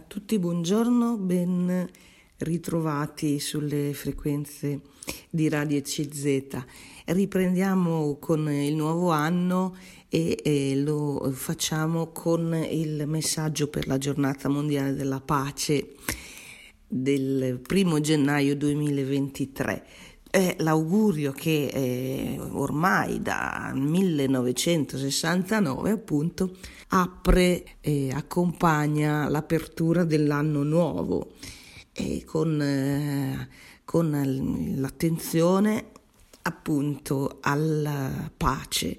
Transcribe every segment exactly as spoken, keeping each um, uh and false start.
tutti, buongiorno, ben ritrovati sulle frequenze di Radio C Z. Riprendiamo con il nuovo anno e, e lo facciamo con il messaggio per la giornata mondiale della pace del primo gennaio duemilaventitré. È l'augurio che eh, ormai dal millenovecentosessantanove appunto apre e accompagna l'apertura dell'anno nuovo e con, eh, con l'attenzione appunto alla pace.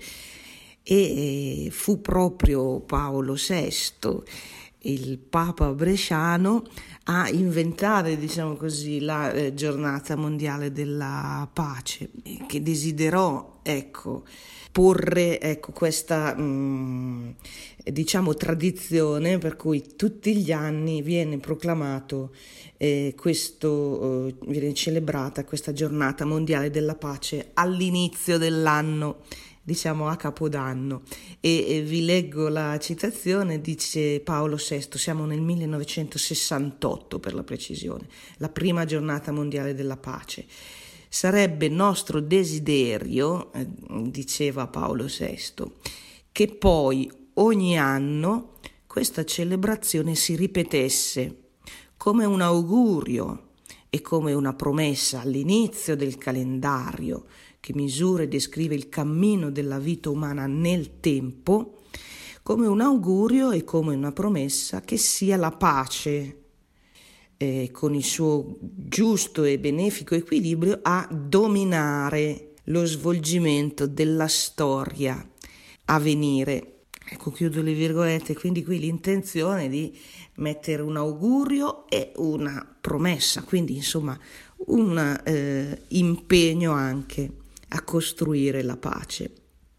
E eh, fu proprio Paolo sesto, il Papa bresciano, a inventare, diciamo così, la eh, giornata mondiale della pace, che desiderò, ecco, porre, ecco, questa, mh, diciamo, tradizione per cui tutti gli anni viene proclamato eh, questo, eh, viene celebrata questa giornata mondiale della pace all'inizio dell'anno, diciamo a Capodanno. E, e vi leggo la citazione. Dice Paolo sesto: siamo nel millenovecentosessantotto per la precisione, la prima giornata mondiale della pace. Sarebbe nostro desiderio, eh, diceva Paolo sesto, che poi ogni anno questa celebrazione si ripetesse come un augurio e come una promessa all'inizio del calendario che misura e descrive il cammino della vita umana nel tempo, come un augurio e come una promessa che sia la pace, eh, con il suo giusto e benefico equilibrio, a dominare lo svolgimento della storia a venire. Ecco, chiudo le virgolette, quindi qui l'intenzione di mettere un augurio e una promessa, quindi insomma un eh, impegno anche a costruire la pace.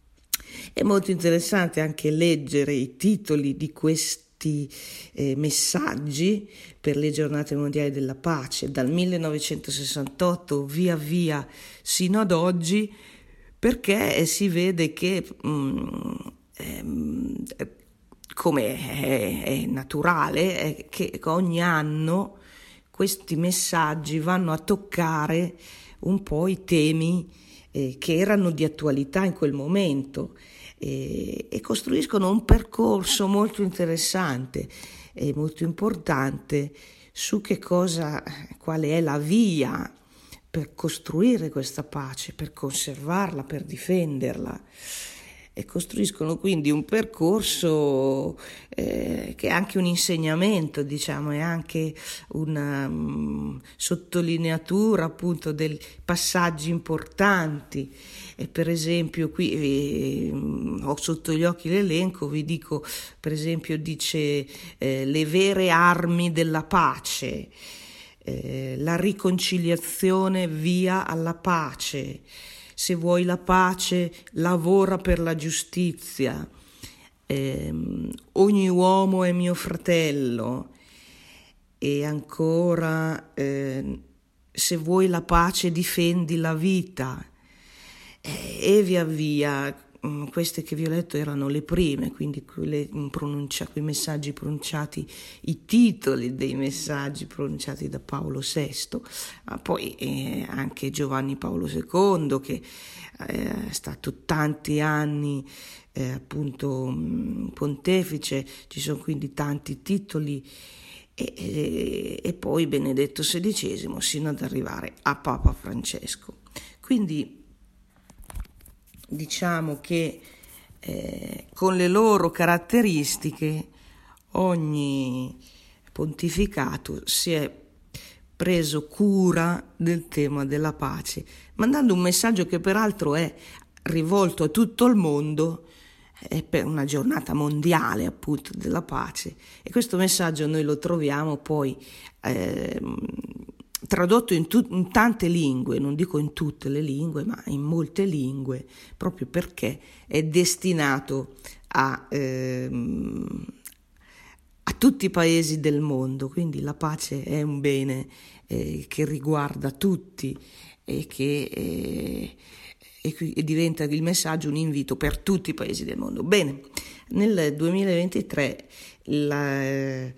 È molto interessante anche leggere i titoli di questi eh, messaggi per le giornate mondiali della pace, dal millenovecentosessantotto via via sino ad oggi, perché si vede che mh, ehm, come è, è naturale, è che ogni anno questi messaggi vanno a toccare un po' i temi eh, che erano di attualità in quel momento eh, e costruiscono un percorso molto interessante e molto importante su che cosa, quale è la via per costruire questa pace, per conservarla, per difenderla. E costruiscono quindi un percorso eh, che è anche un insegnamento, diciamo, è anche una um, sottolineatura appunto dei passaggi importanti. E per esempio qui eh, ho sotto gli occhi l'elenco, vi dico, per esempio dice eh, le vere armi della pace, eh, la riconciliazione via alla pace. Se vuoi la pace, lavora per la giustizia. Eh, ogni uomo è mio fratello. E ancora, eh, se vuoi la pace, difendi la vita. Eh, e via via. Queste che vi ho letto erano le prime, quindi quelle pronuncia, quei messaggi pronunciati, i titoli dei messaggi pronunciati da Paolo sesto, ma poi eh, anche Giovanni Paolo secondo, che eh, è stato tanti anni eh, appunto mh, pontefice. Ci sono quindi tanti titoli, e, e, e poi Benedetto sedicesimo sino ad arrivare a Papa Francesco. Quindi diciamo che eh, con le loro caratteristiche ogni pontificato si è preso cura del tema della pace, mandando un messaggio che peraltro è rivolto a tutto il mondo, è per una giornata mondiale appunto della pace. E questo messaggio noi lo troviamo poi eh, tradotto in, tu- in tante lingue, non dico in tutte le lingue, ma in molte lingue, proprio perché è destinato a, ehm, a tutti i paesi del mondo. Quindi la pace è un bene eh, che riguarda tutti e che eh, e, e diventa il messaggio un invito per tutti i paesi del mondo. Bene, nel duemilaventitré la,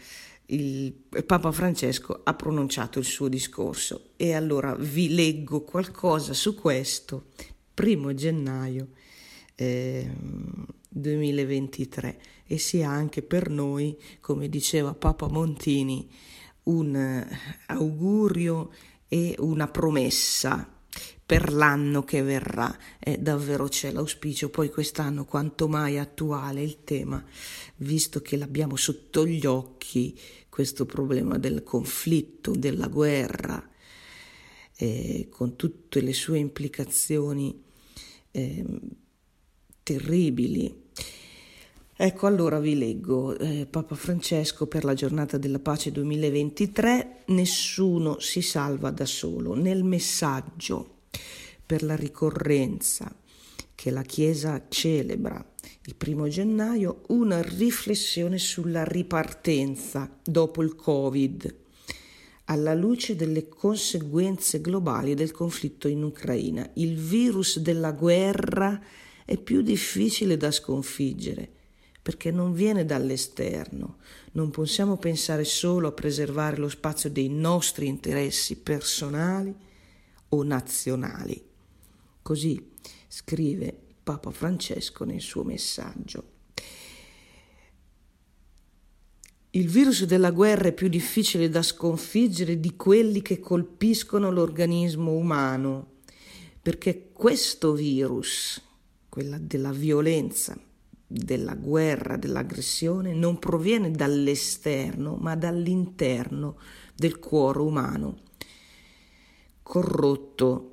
il Papa Francesco ha pronunciato il suo discorso. E allora vi leggo qualcosa su questo, primo gennaio eh, duemilaventitré, e sia anche per noi, come diceva Papa Montini, un augurio e una promessa per l'anno che verrà. Eh, davvero c'è l'auspicio, poi quest'anno quanto mai attuale il tema, visto che l'abbiamo sotto gli occhi, questo problema del conflitto, della guerra, eh, con tutte le sue implicazioni eh, terribili. Ecco, allora vi leggo eh, Papa Francesco per la giornata della pace duemilaventitré, nessuno si salva da solo. Nel messaggio per la ricorrenza che la Chiesa celebra il primo gennaio, una riflessione sulla ripartenza dopo il Covid, alla luce delle conseguenze globali del conflitto in Ucraina. Il virus della guerra è più difficile da sconfiggere, perché non viene dall'esterno. Non possiamo pensare solo a preservare lo spazio dei nostri interessi personali o nazionali. Così scrive Papa Francesco nel suo messaggio. Il virus della guerra è più difficile da sconfiggere di quelli che colpiscono l'organismo umano, perché questo virus, quella della violenza, della guerra, dell'aggressione, non proviene dall'esterno, ma dall'interno del cuore umano, corrotto.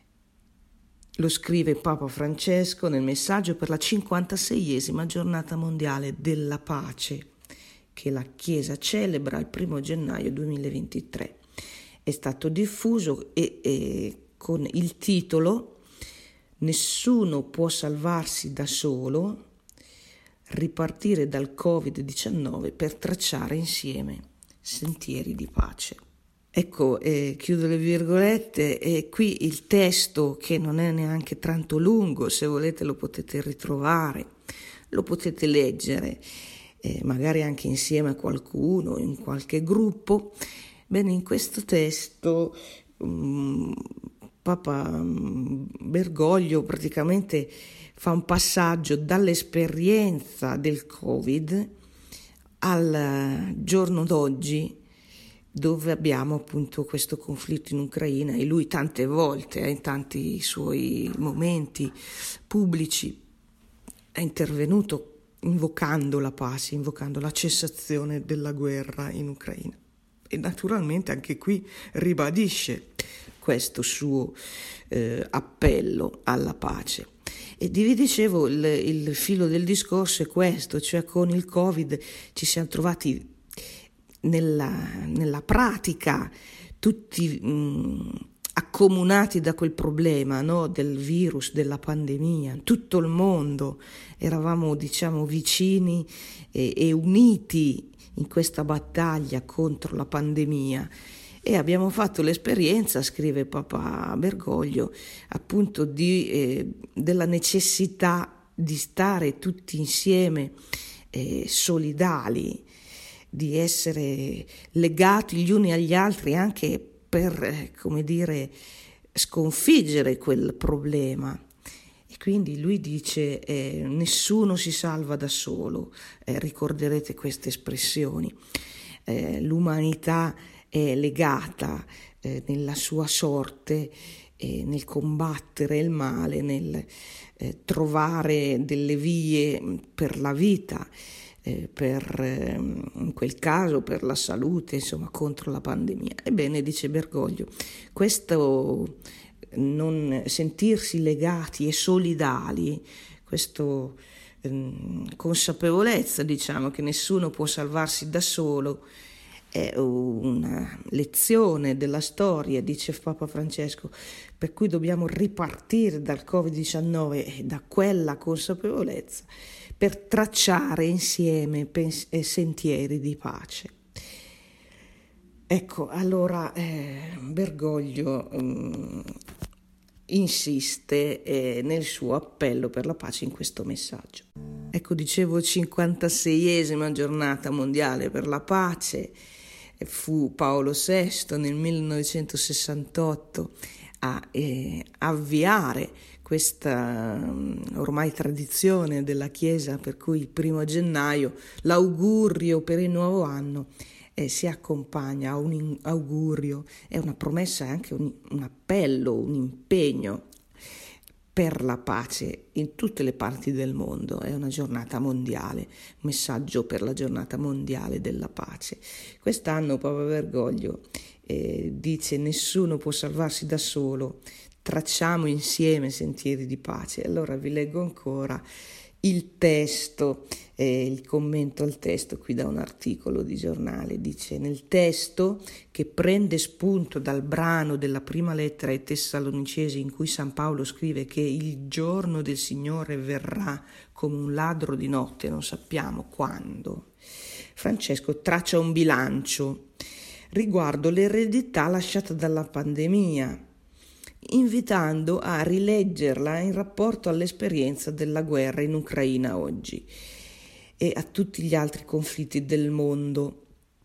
Lo scrive Papa Francesco nel messaggio per la cinquantaseiesima giornata mondiale della pace, che la Chiesa celebra il primo gennaio duemilaventitré. È stato diffuso e, e con il titolo "Nessuno può salvarsi da solo, ripartire dal covid diciannove per tracciare insieme sentieri di pace". Ecco, eh, chiudo le virgolette, e qui il testo, che non è neanche tanto lungo, se volete lo potete ritrovare, lo potete leggere, eh, magari anche insieme a qualcuno, in qualche gruppo. Bene, in questo testo um, Papa Bergoglio praticamente fa un passaggio dall'esperienza del Covid al giorno d'oggi, dove abbiamo appunto questo conflitto in Ucraina, e lui tante volte, eh, in tanti suoi momenti pubblici, è intervenuto invocando la pace, invocando la cessazione della guerra in Ucraina. E naturalmente anche qui ribadisce questo suo eh, appello alla pace. E vi dicevo, il, il filo del discorso è questo, cioè con il Covid ci siamo trovati nella, nella pratica tutti mh, accomunati da quel problema, no? Del virus, della pandemia. Tutto il mondo eravamo, diciamo, vicini e, e uniti in questa battaglia contro la pandemia. E abbiamo fatto l'esperienza, scrive Papa Bergoglio, appunto di, eh, della necessità di stare tutti insieme eh, solidali, di essere legati gli uni agli altri anche per, eh, come dire, sconfiggere quel problema. E quindi lui dice eh, nessuno si salva da solo, eh, ricorderete queste espressioni, eh, l'umanità è legata eh, nella sua sorte, eh, nel combattere il male, nel eh, trovare delle vie per la vita, eh, per, eh, in quel caso per la salute, insomma, contro la pandemia. Ebbene, dice Bergoglio, questo non sentirsi legati e solidali, questa eh, consapevolezza, diciamo, che nessuno può salvarsi da solo, è una lezione della storia, dice Papa Francesco, per cui dobbiamo ripartire dal covid diciannove e da quella consapevolezza per tracciare insieme pens- sentieri di pace. Ecco, allora eh, Bergoglio um, insiste eh, nel suo appello per la pace in questo messaggio. Ecco, dicevo, cinquantaseiesima giornata mondiale per la pace. Fu Paolo sesto nel millenovecentosessantotto a eh, avviare questa ormai tradizione della Chiesa, per cui il primo gennaio l'augurio per il nuovo anno eh, si accompagna a un augurio, è una promessa, è anche un, un appello, un impegno per la pace in tutte le parti del mondo. È una giornata mondiale, messaggio per la giornata mondiale della pace. Quest'anno Papa Bergoglio eh, dice: nessuno può salvarsi da solo, tracciamo insieme sentieri di pace. Allora vi leggo ancora il testo, eh, il commento al testo qui da un articolo di giornale. Dice: nel testo, che prende spunto dal brano della prima lettera ai Tessalonicesi, in cui San Paolo scrive che il giorno del Signore verrà come un ladro di notte, non sappiamo quando, Francesco traccia un bilancio riguardo l'eredità lasciata dalla pandemia, invitando a rileggerla in rapporto all'esperienza della guerra in Ucraina oggi e a tutti gli altri conflitti del mondo.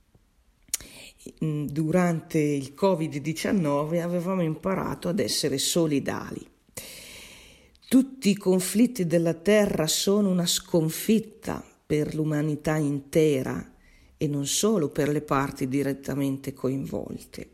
Durante il covid diciannove avevamo imparato ad essere solidali. Tutti i conflitti della terra sono una sconfitta per l'umanità intera e non solo per le parti direttamente coinvolte.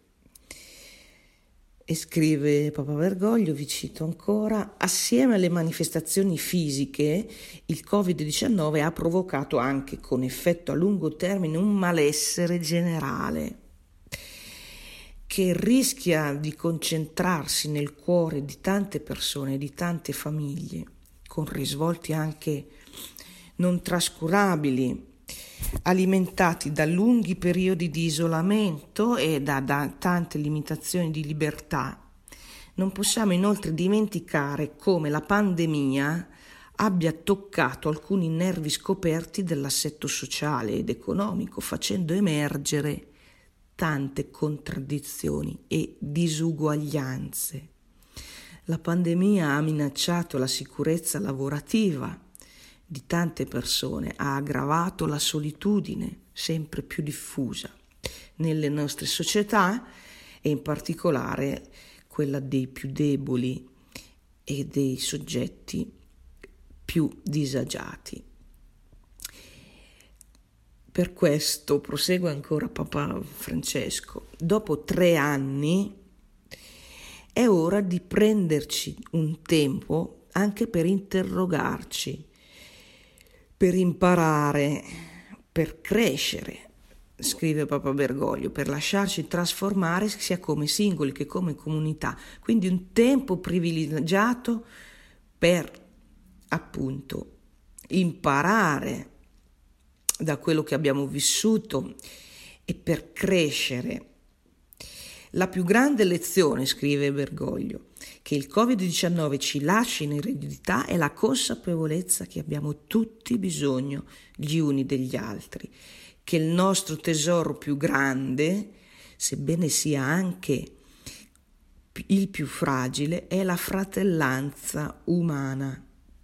E scrive Papa Bergoglio, vi cito ancora: assieme alle manifestazioni fisiche, il covid diciannove ha provocato anche, con effetto a lungo termine, un malessere generale che rischia di concentrarsi nel cuore di tante persone, di tante famiglie, con risvolti anche non trascurabili, alimentati da lunghi periodi di isolamento e da, da tante limitazioni di libertà. Non possiamo inoltre dimenticare come la pandemia abbia toccato alcuni nervi scoperti dell'assetto sociale ed economico, facendo emergere tante contraddizioni e disuguaglianze. La pandemia ha minacciato la sicurezza lavorativa di tante persone, ha aggravato la solitudine sempre più diffusa nelle nostre società e in particolare quella dei più deboli e dei soggetti più disagiati. Per questo, prosegue ancora Papa Francesco, dopo tre anni è ora di prenderci un tempo anche per interrogarci, per imparare, per crescere, scrive Papa Bergoglio, per lasciarci trasformare sia come singoli che come comunità. Quindi un tempo privilegiato per, appunto, imparare da quello che abbiamo vissuto e per crescere. La più grande lezione, scrive Bergoglio, che il covid diciannove ci lascia in eredità è la consapevolezza che abbiamo tutti bisogno gli uni degli altri, che il nostro tesoro più grande, sebbene sia anche il più fragile, è la fratellanza umana,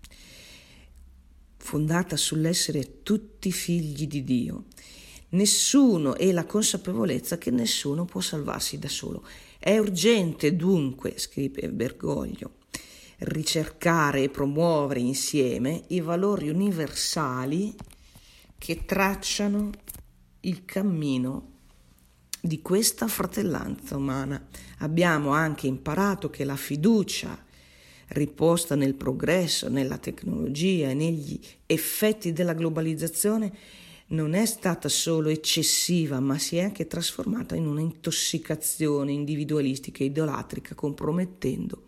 fondata sull'essere tutti figli di Dio. Nessuno e la consapevolezza che nessuno può salvarsi da solo. È urgente dunque, scrive Bergoglio, ricercare e promuovere insieme i valori universali che tracciano il cammino di questa fratellanza umana. Abbiamo anche imparato che la fiducia riposta nel progresso, nella tecnologia e negli effetti della globalizzazione non è stata solo eccessiva, ma si è anche trasformata in una intossicazione individualistica e idolatrica, compromettendo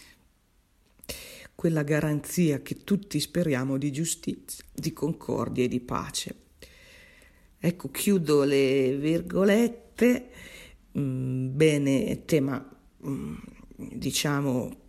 quella garanzia che tutti speriamo di giustizia, di concordia e di pace. Ecco, chiudo le virgolette. Bene, tema, diciamo,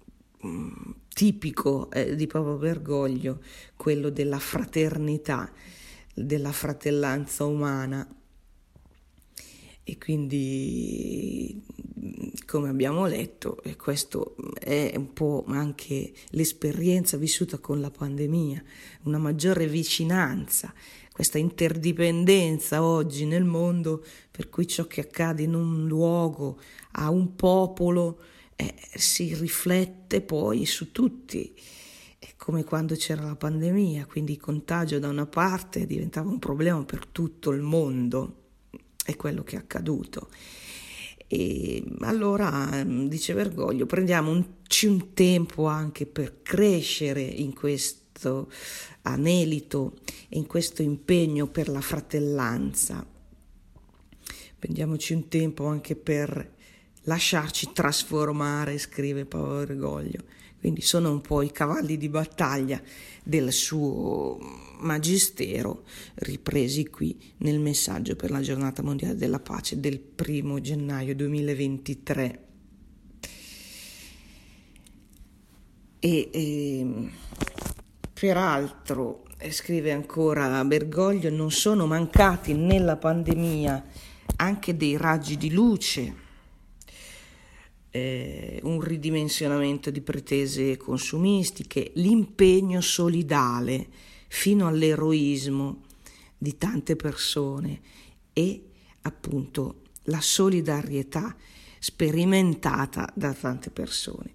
tipico eh, di Papa Bergoglio, quello della fraternità, della fratellanza umana, e quindi come abbiamo letto, e questo è un po' anche l'esperienza vissuta con la pandemia, una maggiore vicinanza, questa interdipendenza oggi nel mondo, per cui ciò che accade in un luogo, a un popolo, eh, si riflette poi su tutti. È come quando c'era la pandemia, quindi il contagio da una parte diventava un problema per tutto il mondo, è quello che è accaduto. E allora, dice Bergoglio, prendiamoci un tempo anche per crescere in questo anelito e in questo impegno per la fratellanza. Prendiamoci un tempo anche per lasciarci trasformare, scrive Paolo Bergoglio. Quindi sono un po' i cavalli di battaglia del suo magistero ripresi qui nel messaggio per la giornata mondiale della pace del primo gennaio duemilaventitré. E, e peraltro, scrive ancora Bergoglio, non sono mancati nella pandemia anche dei raggi di luce, Eh, un ridimensionamento di pretese consumistiche, l'impegno solidale fino all'eroismo di tante persone e appunto la solidarietà sperimentata da tante persone.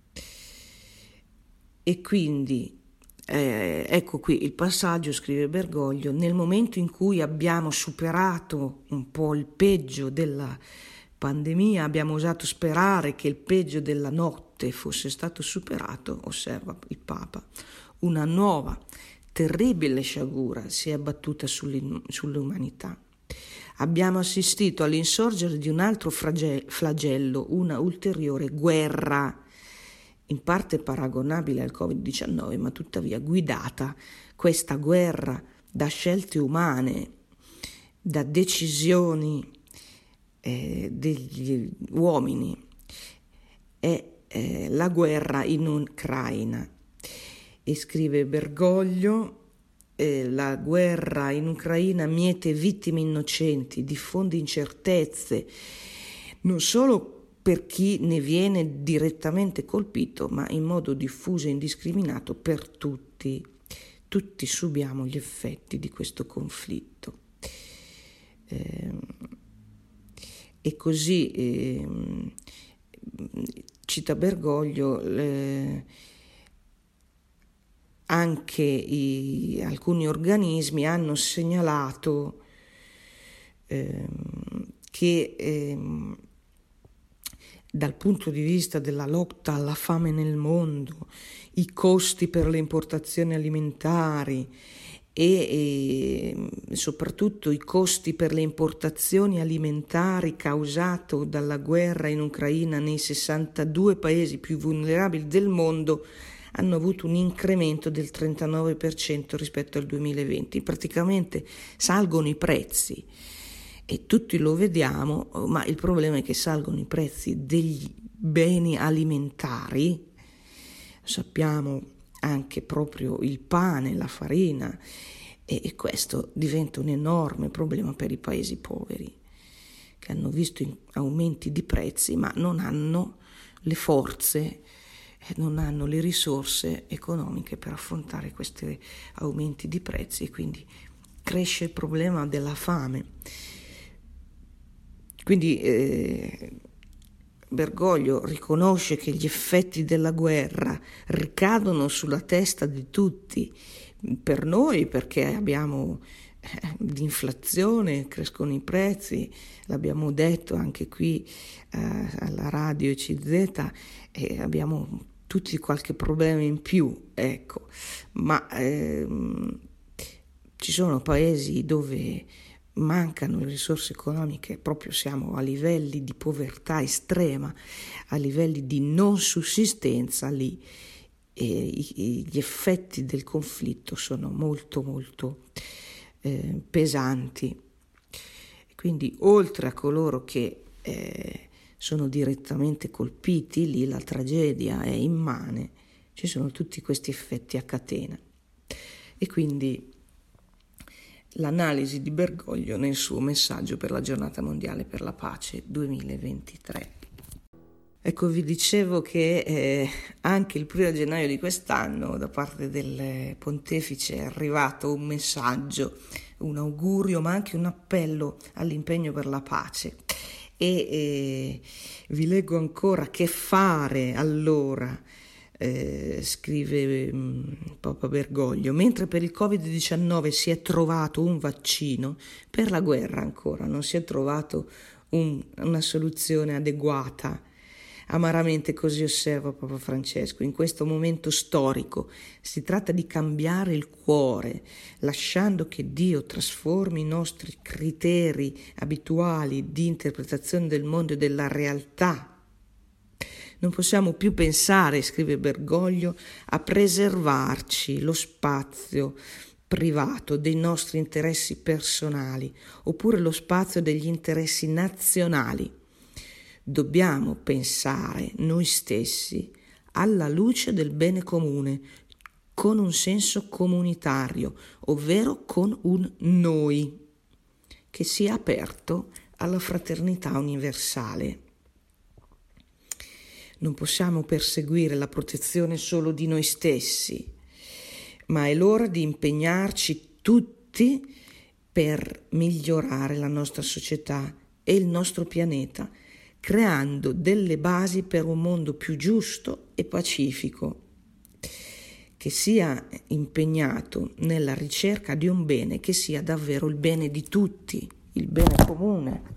E quindi eh, ecco qui il passaggio, scrive Bergoglio, nel momento in cui abbiamo superato un po' il peggio della pandemia, abbiamo osato sperare che il peggio della notte fosse stato superato, osserva il Papa, una nuova terribile sciagura si è abbattuta sull'umanità. Abbiamo assistito all'insorgere di un altro flagello, una ulteriore guerra, in parte paragonabile al covid diciannove, ma tuttavia guidata, questa guerra, da scelte umane, da decisioni Eh, degli uomini, è eh, la guerra in Ucraina. E scrive Bergoglio, eh, la guerra in Ucraina miete vittime innocenti, diffonde incertezze, non solo per chi ne viene direttamente colpito, ma in modo diffuso e indiscriminato per tutti. Tutti subiamo gli effetti di questo conflitto. Eh, E così, eh, cita Bergoglio, eh, anche i, alcuni organismi hanno segnalato eh, che eh, dal punto di vista della lotta alla fame nel mondo, i costi per le importazioni alimentari e, e soprattutto i costi per le importazioni alimentari causato dalla guerra in Ucraina nei sessantadue paesi più vulnerabili del mondo hanno avuto un incremento del trentanove per cento rispetto al duemilaventi. Praticamente salgono i prezzi e tutti lo vediamo, ma il problema è che salgono i prezzi degli beni alimentari, sappiamo anche proprio il pane, la farina, e, e questo diventa un enorme problema per i paesi poveri che hanno visto aumenti di prezzi ma non hanno le forze, non hanno le risorse economiche per affrontare questi aumenti di prezzi e quindi cresce il problema della fame. Quindi eh, Bergoglio riconosce che gli effetti della guerra ricadono sulla testa di tutti, per noi perché abbiamo eh, l'inflazione, crescono i prezzi, l'abbiamo detto anche qui eh, alla radio C Z, e abbiamo tutti qualche problema in più, ecco, ma ehm, ci sono paesi dove mancano le risorse economiche, proprio siamo a livelli di povertà estrema, a livelli di non sussistenza lì, e gli effetti del conflitto sono molto molto eh, pesanti. Quindi oltre a coloro che eh, sono direttamente colpiti, lì la tragedia è immane, ci sono tutti questi effetti a catena. E quindi l'analisi di Bergoglio nel suo messaggio per la giornata mondiale per la pace duemilaventitré. Ecco, vi dicevo che eh, anche il primo gennaio di quest'anno da parte del pontefice è arrivato un messaggio, un augurio, ma anche un appello all'impegno per la pace. E eh, vi leggo ancora: che fare allora? Eh, scrive mh, Papa Bergoglio: mentre per il covid diciannove si è trovato un vaccino, per la guerra ancora non si è trovato un, una soluzione adeguata. Amaramente così osserva Papa Francesco. In questo momento storico si tratta di cambiare il cuore, lasciando che Dio trasformi i nostri criteri abituali di interpretazione del mondo e della realtà. Non possiamo più pensare, scrive Bergoglio, a preservarci lo spazio privato dei nostri interessi personali oppure lo spazio degli interessi nazionali. Dobbiamo pensare noi stessi alla luce del bene comune, con un senso comunitario, ovvero con un noi, che sia aperto alla fraternità universale. Non possiamo perseguire la protezione solo di noi stessi, ma è l'ora di impegnarci tutti per migliorare la nostra società e il nostro pianeta, creando delle basi per un mondo più giusto e pacifico, che sia impegnato nella ricerca di un bene che sia davvero il bene di tutti, il bene comune.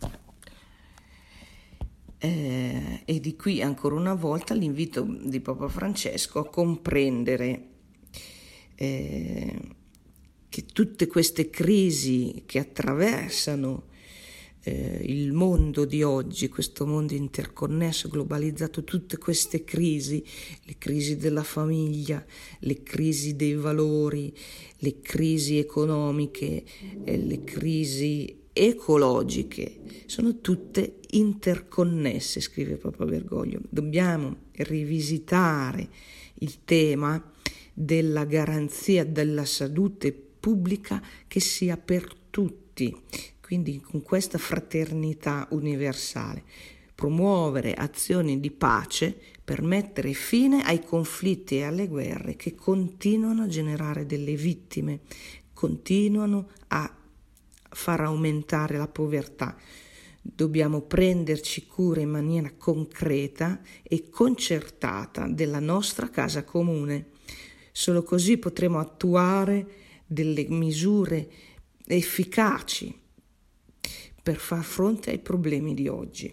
Eh, e di qui ancora una volta l'invito di Papa Francesco a comprendere eh, che tutte queste crisi che attraversano eh, il mondo di oggi, questo mondo interconnesso, globalizzato, tutte queste crisi, le crisi della famiglia, le crisi dei valori, le crisi economiche, eh, le crisi ecologiche, sono tutte interconnesse, scrive Papa Bergoglio. Dobbiamo rivisitare il tema della garanzia della salute pubblica che sia per tutti, quindi con questa fraternità universale, promuovere azioni di pace per mettere fine ai conflitti e alle guerre che continuano a generare delle vittime, continuano a far aumentare la povertà. Dobbiamo prenderci cura in maniera concreta e concertata della nostra casa comune. Solo così potremo attuare delle misure efficaci per far fronte ai problemi di oggi.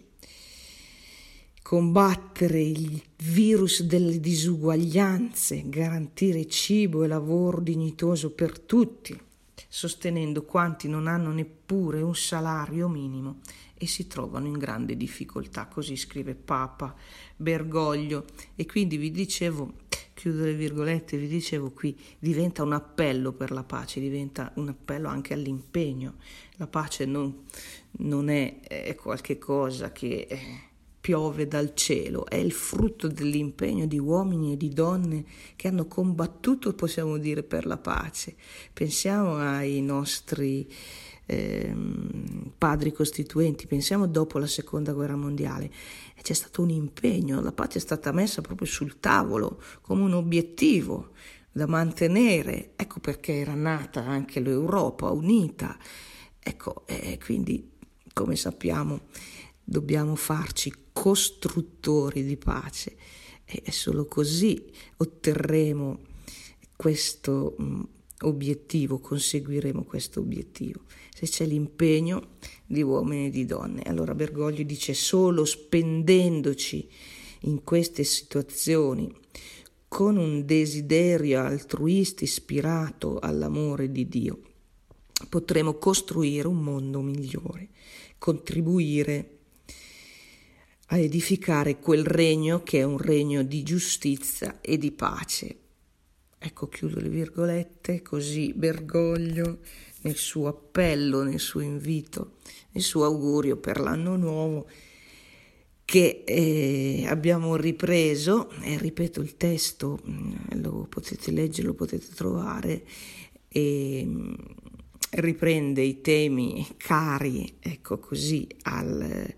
Combattere il virus delle disuguaglianze, garantire cibo e lavoro dignitoso per tutti, sostenendo quanti non hanno neppure un salario minimo e si trovano in grande difficoltà, così scrive Papa Bergoglio. E quindi vi dicevo, chiudo le virgolette, vi dicevo qui, diventa un appello per la pace, diventa un appello anche all'impegno. La pace non, non è, è qualche cosa che piove dal cielo, è il frutto dell'impegno di uomini e di donne che hanno combattuto, possiamo dire, per la pace. Pensiamo ai nostri eh, padri costituenti, pensiamo dopo la seconda guerra mondiale, e c'è stato un impegno, la pace è stata messa proprio sul tavolo come un obiettivo da mantenere. Ecco perché era nata anche l'Europa unita. Ecco, eh, quindi come sappiamo dobbiamo farci costruttori di pace e solo così otterremo questo mh, obiettivo, conseguiremo questo obiettivo, se c'è l'impegno di uomini e di donne. Allora Bergoglio dice: solo spendendoci in queste situazioni con un desiderio altruista ispirato all'amore di Dio potremo costruire un mondo migliore, contribuire a edificare quel regno che è un regno di giustizia e di pace. Ecco, chiudo le virgolette, così Bergoglio nel suo appello, nel suo invito, nel suo augurio per l'anno nuovo che eh, abbiamo ripreso, e ripeto il testo, lo potete leggere, lo potete trovare, e riprende i temi cari, ecco così, al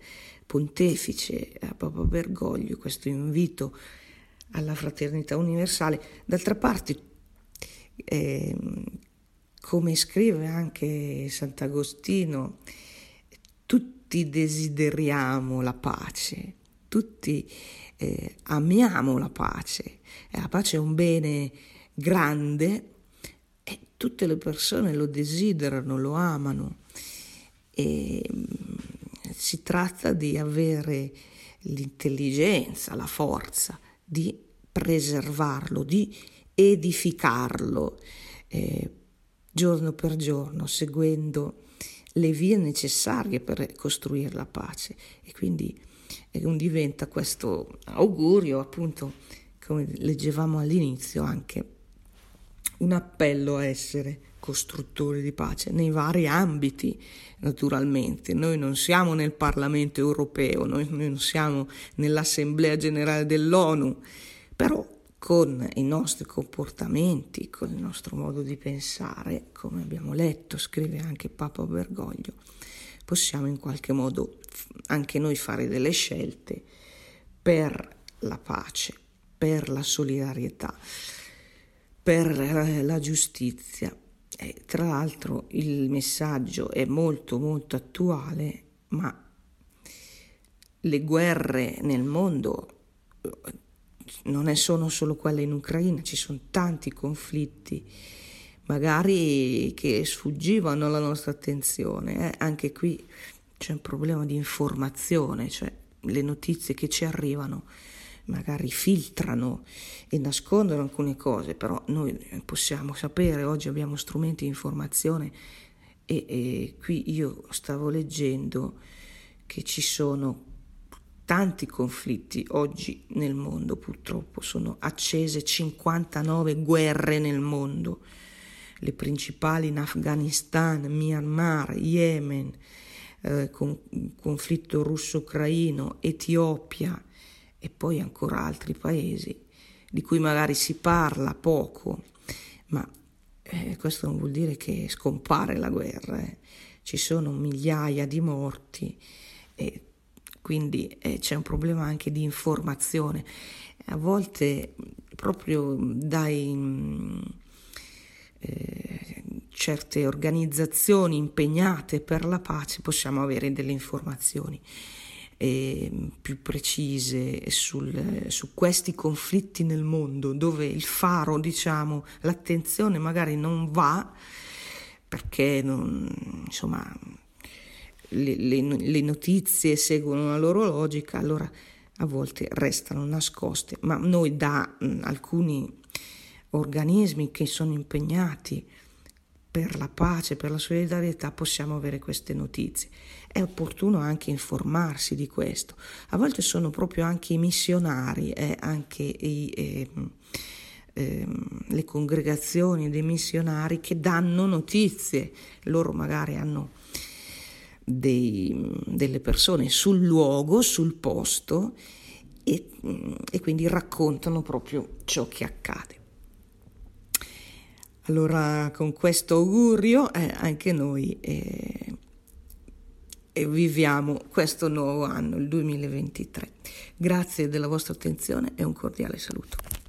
pontefice, a Papa Bergoglio, questo invito alla fraternità universale. D'altra parte, eh, come scrive anche Sant'Agostino, tutti desideriamo la pace, tutti eh, amiamo la pace. La pace è un bene grande e tutte le persone lo desiderano, lo amano. E si tratta di avere l'intelligenza, la forza di preservarlo, di edificarlo eh, giorno per giorno, seguendo le vie necessarie per costruire la pace. E quindi eh, diventa questo augurio, appunto, come leggevamo all'inizio, anche un appello a essere costruttori di pace nei vari ambiti. Naturalmente noi non siamo nel Parlamento europeo, noi, noi non siamo nell'Assemblea Generale dell'ONU, però con i nostri comportamenti, con il nostro modo di pensare, come abbiamo letto, scrive anche Papa Bergoglio, possiamo in qualche modo anche noi fare delle scelte per la pace, per la solidarietà, per la giustizia. E tra l'altro il messaggio è molto molto attuale, ma le guerre nel mondo non sono solo quelle in Ucraina, ci sono tanti conflitti magari che sfuggivano alla nostra attenzione. Eh? Anche qui c'è un problema di informazione, cioè le notizie che ci arrivano magari filtrano e nascondono alcune cose, però noi possiamo sapere, oggi abbiamo strumenti di informazione e, e qui io stavo leggendo che ci sono tanti conflitti oggi nel mondo, purtroppo sono accese cinquantanove guerre nel mondo, le principali in Afghanistan, Myanmar, Yemen, eh, con, conflitto russo-ucraino, Etiopia, e poi ancora altri paesi di cui magari si parla poco, ma eh, questo non vuol dire che scompare la guerra, eh. Ci sono migliaia di morti e quindi eh, c'è un problema anche di informazione. A volte proprio dai eh, certe organizzazioni impegnate per la pace possiamo avere delle informazioni Eh, più precise sul, su questi conflitti nel mondo, dove il faro, diciamo, l'attenzione magari non va perché non, insomma le, le, le notizie seguono la loro logica, allora a volte restano nascoste, ma noi da mh, alcuni organismi che sono impegnati per la pace, per la solidarietà, possiamo avere queste notizie. È opportuno anche informarsi di questo. A volte sono proprio anche i missionari, eh, anche i, eh, eh, le congregazioni dei missionari che danno notizie. Loro magari hanno dei, delle persone sul luogo, sul posto e, e quindi raccontano proprio ciò che accade. Allora, con questo augurio eh, anche noi eh, eh, viviamo questo nuovo anno, il duemilaventitré. Grazie della vostra attenzione e un cordiale saluto.